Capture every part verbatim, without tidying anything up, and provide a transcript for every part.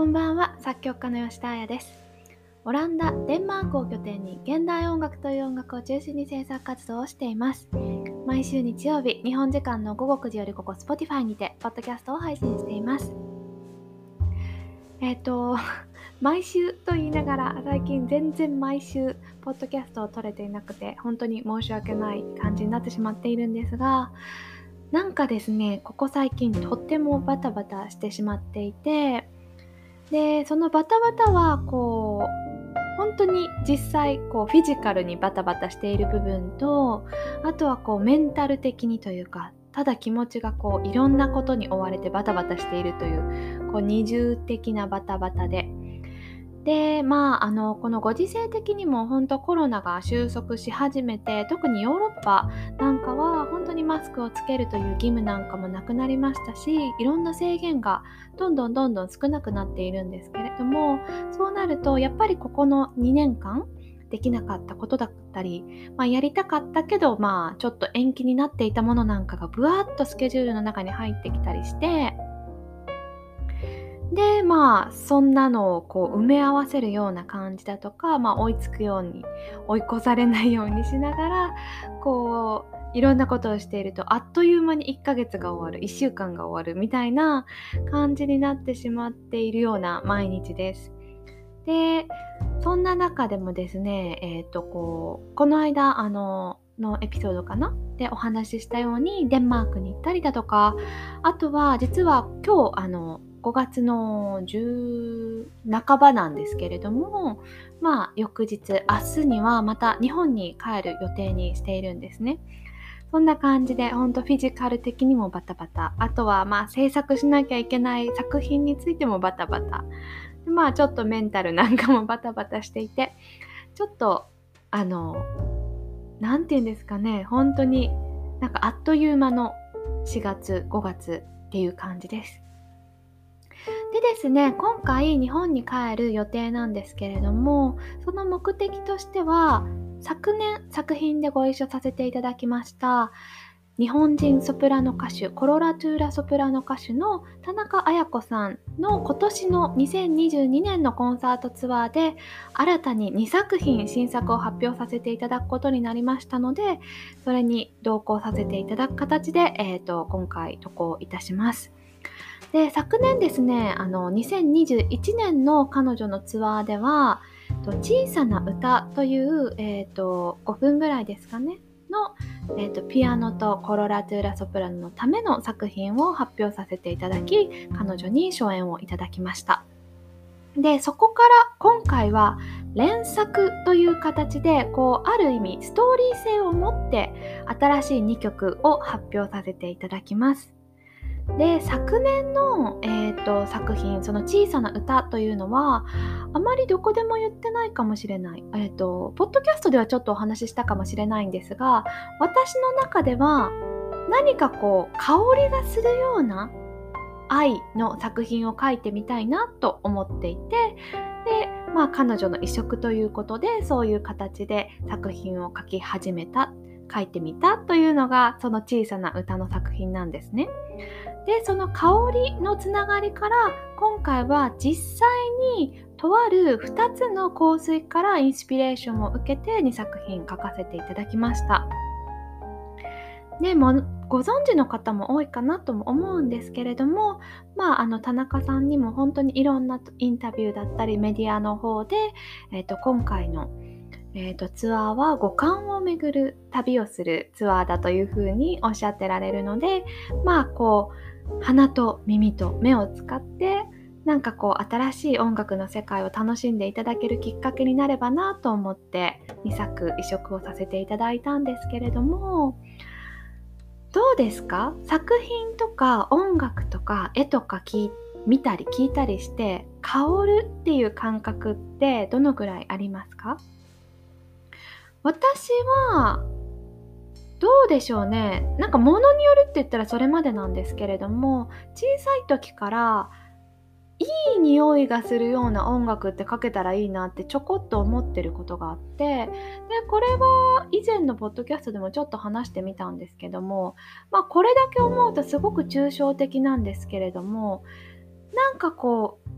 こんばんは、作曲家の吉田彩です。オランダ、デンマークを拠点に現代音楽という音楽を中心に制作活動をしています。毎週日曜日、日本時間の午後くじよりここ Spotify にてポッドキャストを配信しています。えっと毎週と言いながら最近全然毎週ポッドキャストを撮れていなくて本当に申し訳ない感じになってしまっているんですが、なんかですね、ここ最近とってもバタバタしてしまっていて、でそのバタバタはこう本当に実際こうフィジカルにバタバタしている部分と、あとはこうメンタル的にというか、ただ気持ちがこういろんなことに追われてバタバタしているというこう二重的なバタバタででまああのこのご時世的にも本当コロナが収束し始めて、特にヨーロッパなんかは本当にマスクをつけるという義務なんかもなくなりましたし、いろんな制限がどんどんどんどん少なくなっているんですけれども、そうなるとやっぱりここのにねんかんできなかったことだったり、まあ、やりたかったけど、まあ、ちょっと延期になっていたものなんかがブワーッとスケジュールの中に入ってきたりして、でまあそんなのをこう埋め合わせるような感じだとか、まあ、追いつくように追い越されないようにしながらこういろんなことをしていると、あっという間にいっかげつが終わる、いっしゅうかんが終わるみたいな感じになってしまっているような毎日です。でそんな中でもですね、えーとこうこの間あののエピソードかなでお話ししたようにデンマークに行ったりだとか、あとは実は今日あのごがつのじゅう半ばなんですけれども、まあ翌日明日にはまた日本に帰る予定にしているんですね。そんな感じで本当フィジカル的にもバタバタ、あとはまあ制作しなきゃいけない作品についてもバタバタで、まあちょっとメンタルなんかもバタバタしていて、ちょっとあのなんて言うんですかね、本当になんかあっという間のしがつごがつっていう感じです。でですね、今回日本に帰る予定なんですけれども、その目的としては昨年作品でご一緒させていただきました日本人ソプラノ歌手、コロラトゥーラソプラノ歌手の田中綾子さんの今年のにせんにじゅうにねんのコンサートツアーで新たににさく品新作を発表させていただくことになりましたので、それに同行させていただく形で、えーと、今回渡航いたします。で昨年ですね、あのにせんにじゅういちねんの彼女のツアーでは小さな歌という、えーと、ごふんぐらいですかねの、えーと、ピアノとコロラトゥーラソプラノのための作品を発表させていただき、彼女に初演をいただきました。でそこから今回は連作という形でこうある意味ストーリー性を持って新しいにきょくを発表させていただきます。で昨年の、えーと、作品、その小さな歌というのはあまりどこでも言ってないかもしれない、えーと、ポッドキャストではちょっとお話ししたかもしれないんですが、私の中では何かこう香りがするような愛の作品を書いてみたいなと思っていて、で、まあ、彼女の移植ということでそういう形で作品を書き始めた、書いてみたというのがその小さな歌の作品なんですね。でその香りのつながりから今回は実際にとあるふたつの香水からインスピレーションを受けてにさく品書かせていただきました。でもご存知の方も多いかなとも思うんですけれども、まあ、あの田中さんにも本当にいろんなインタビューだったりメディアの方で、えーと、今回のえーと、ツアーは五感を巡る旅をするツアーだというふうにおっしゃってられるので、まあこう鼻と耳と目を使ってなんかこう新しい音楽の世界を楽しんでいただけるきっかけになればなと思ってにさく移植をさせていただいたんですけれども、どうですか？作品とか音楽とか絵とか聞見たり聞いたりして香るっていう感覚ってどのぐらいありますか？私はどうでしょうね。なんか物によるって言ったらそれまでなんですけれども、小さい時からいい匂いがするような音楽ってかけたらいいなってちょこっと思ってることがあって、でこれは以前のポッドキャストでもちょっと話してみたんですけども、まあこれだけ思うとすごく抽象的なんですけれども、なんかこう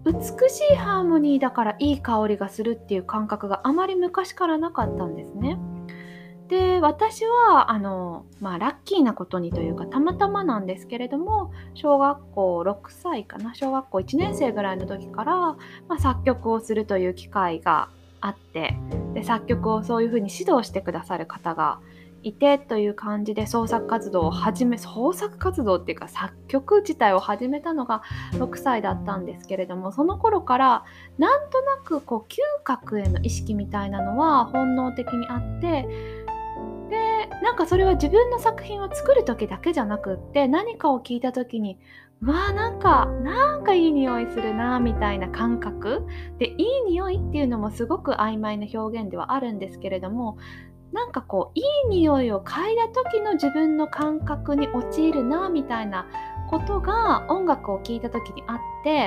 美しいハーモニーだからいい香りがするっていう感覚があまり昔からなかったんですね。で、私はあの、まあ、ラッキーなことにというかたまたまなんですけれども、小学校ろくさいかな、小学校いちねん生ぐらいの時から、まあ、作曲をするという機会があって、で作曲をそういうふうに指導してくださる方がいてという感じで創作活動を始め創作活動っていうか作曲自体を始めたのがろくさいだったんですけれども、その頃からなんとなくこう嗅覚への意識みたいなのは本能的にあって、でなんかそれは自分の作品を作る時だけじゃなくって、何かを聞いた時にうわーなんかなんかいい匂いするなみたいな感覚で、いい匂いっていうのもすごく曖昧な表現ではあるんですけれども、なんかこういい匂いを嗅いだ時の自分の感覚に陥るなみたいなことが音楽を聴いた時にあって、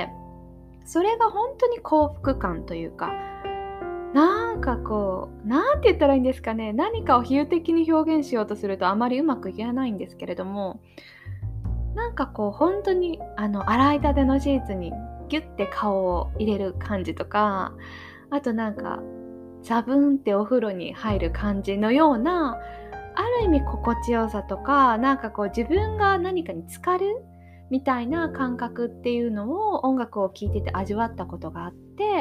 それが本当に幸福感というか、なんかこうなんて言ったらいいんですかね、何かを比喩的に表現しようとするとあまりうまくいかないんですけれども、なんかこう本当にあの洗いたてのシーツにギュッて顔を入れる感じとか、あとなんかザブンってお風呂に入る感じのような、ある意味心地よさとか、なんかこう自分が何かに浸かるみたいな感覚っていうのを音楽を聴いてて味わったことがあって、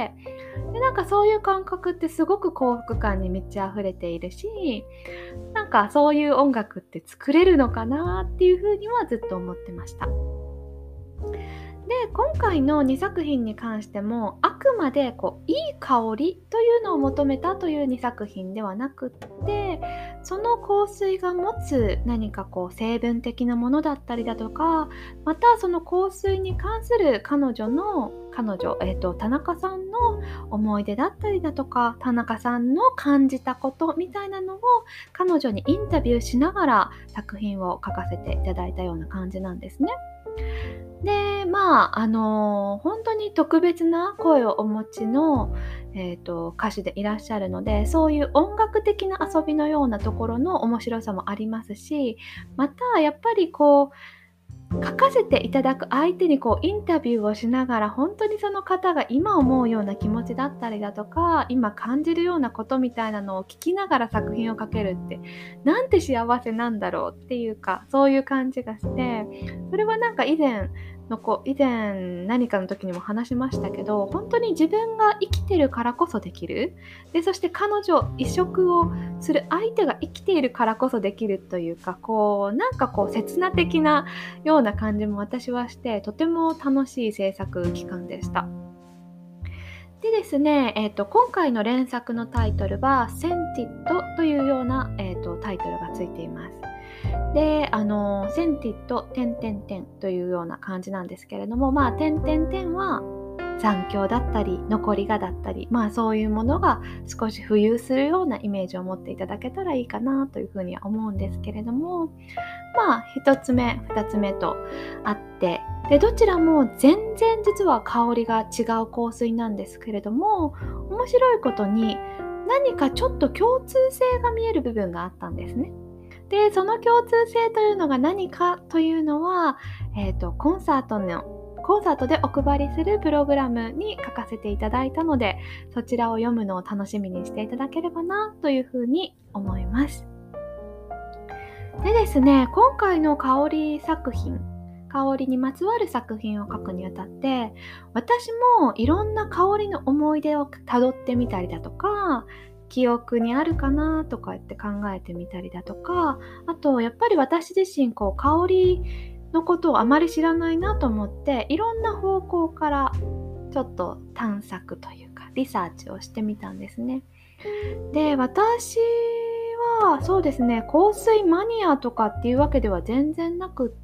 でなんかそういう感覚ってすごく幸福感に満ち溢れているし、なんかそういう音楽って作れるのかなっていうふうにはずっと思ってました。で今回のにさく品に関しても、あくまでこういい香りというのを求めたというにさく品ではなくって、その香水が持つ何かこう成分的なものだったりだとか、またその香水に関する彼女の彼女、えーと、田中さんの思い出だったりだとか、田中さんの感じたことみたいなのを彼女にインタビューしながら作品を書かせていただいたような感じなんですね。でまああのー本当に特別な声をお持ちの、えーと、歌手でいらっしゃるので、そういう音楽的な遊びのようなところの面白さもありますし、またやっぱりこう書かせていただく相手にこうインタビューをしながら、本当にその方が今思うような気持ちだったりだとか、今感じるようなことみたいなのを聞きながら作品を書けるってなんて幸せなんだろうっていうか、そういう感じがして、それはなんか以前のこ以前何かの時にも話しましたけど、本当に自分が生きてるからこそできる。でそして彼女移植をする相手が生きているからこそできるというか、こうなんかこう刹那的なような感じも私はして、とても楽しい制作期間でした。でですね、えーと、今回の連作のタイトルはセンティッドというような、えーと、タイトルがついています。で、あのセンティッド点点点というような感じなんですけれども、まあ点点点は残響だったり残りがだったり、まあそういうものが少し浮遊するようなイメージを持っていただけたらいいかなというふうには思うんですけれども、まあ一つ目二つ目とあって、でどちらも全然実は香りが違う香水なんですけれども、面白いことに何かちょっと共通性が見える部分があったんですね。でその共通性というのが何かというのは、えーと、コンサートのコンサートでお配りするプログラムに書かせていただいたので、そちらを読むのを楽しみにしていただければなというふうに思います。でですね、今回の香り作品、香りにまつわる作品を書くにあたって、私もいろんな香りの思い出をたどってみたりだとか、記憶にあるかなとか言って考えてみたりだとか、あとやっぱり私自身こう香りのことをあまり知らないなと思って、いろんな方向からちょっと探索というかリサーチをしてみたんですね。で、私はそうですね、香水マニアとかっていうわけでは全然なくって、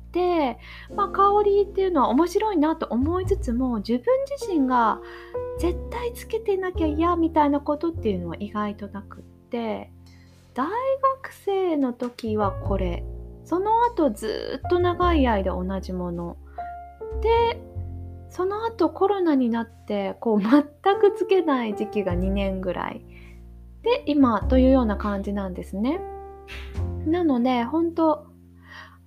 まあ、香りっていうのは面白いなと思いつつも、自分自身が絶対つけてなきゃ嫌みたいなことっていうのは意外となくって、大学生の時はこれ、その後ずっと長い間同じもので、その後コロナになってこう全くつけない時期がにねんぐらいで、今というような感じなんですね。なので本当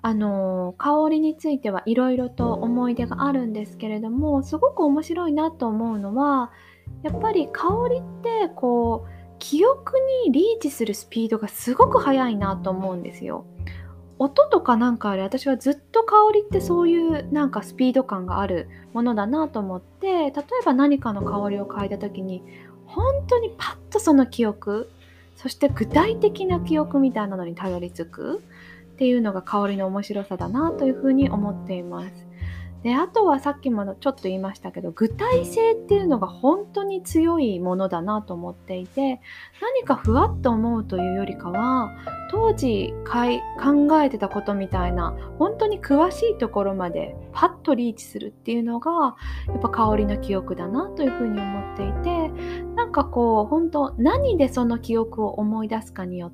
あの香りについてはいろいろと思い出があるんですけれども、すごく面白いなと思うのは、やっぱり香りってこう記憶にリーチするスピードがすごく速いなと思うんですよ。音とかなんかより私はずっと香りってそういうなんかスピード感があるものだなと思って、例えば何かの香りを嗅いだ時に本当にパッとその記憶、そして具体的な記憶みたいなのにたどり着くっていうのが香りの面白さだなというふうに思っています。で、あとはさっきもちょっと言いましたけど、具体性っていうのが本当に強いものだなと思っていて、何かふわっと思うというよりかは、当時かい考えてたことみたいな、本当に詳しいところまでパッとリーチするっていうのが、やっぱ香りの記憶だなというふうに思っていて、なんかこう、本当何でその記憶を思い出すかによって、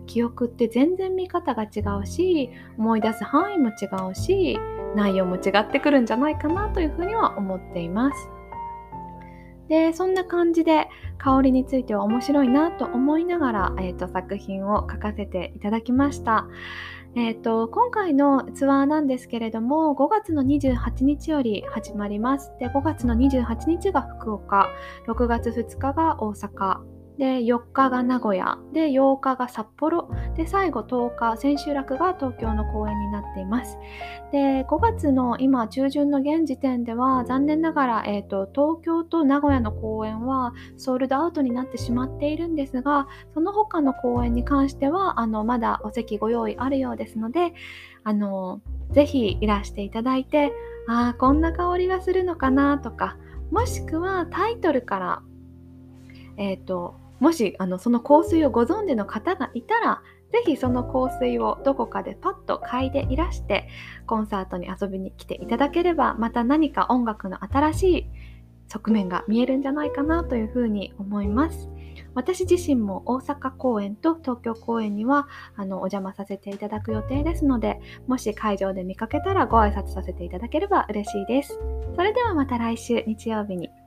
記憶って全然見方が違うし、思い出す範囲も違うし、内容も違ってくるんじゃないかなというふうには思っています。で、そんな感じで香りについては面白いなと思いながら、えーと、作品を書かせていただきました。えーと、今回のツアーなんですけれども、ごがつのにじゅうはちにちより始まります。で、ごがつのにじゅうはちにちが福岡、ろくがつふつかが大阪、でよっかが名古屋、でようかが札幌、で最後とおか千秋楽が東京の公演になっています。でごがつの今中旬の現時点では残念ながら、えーと、東京と名古屋の公演はソールドアウトになってしまっているんですが、その他の公演に関してはあのまだお席ご用意あるようですので、あのぜひいらしていただいて、あーこんな香りがするのかなとか、もしくはタイトルからえーと、もしあのその香水をご存知の方がいたら、ぜひその香水をどこかでパッと嗅いでいらしてコンサートに遊びに来ていただければ、また何か音楽の新しい側面が見えるんじゃないかなというふうに思います。私自身も大阪公演と東京公演にはあのお邪魔させていただく予定ですので、もし会場で見かけたらご挨拶させていただければ嬉しいです。それではまた来週日曜日に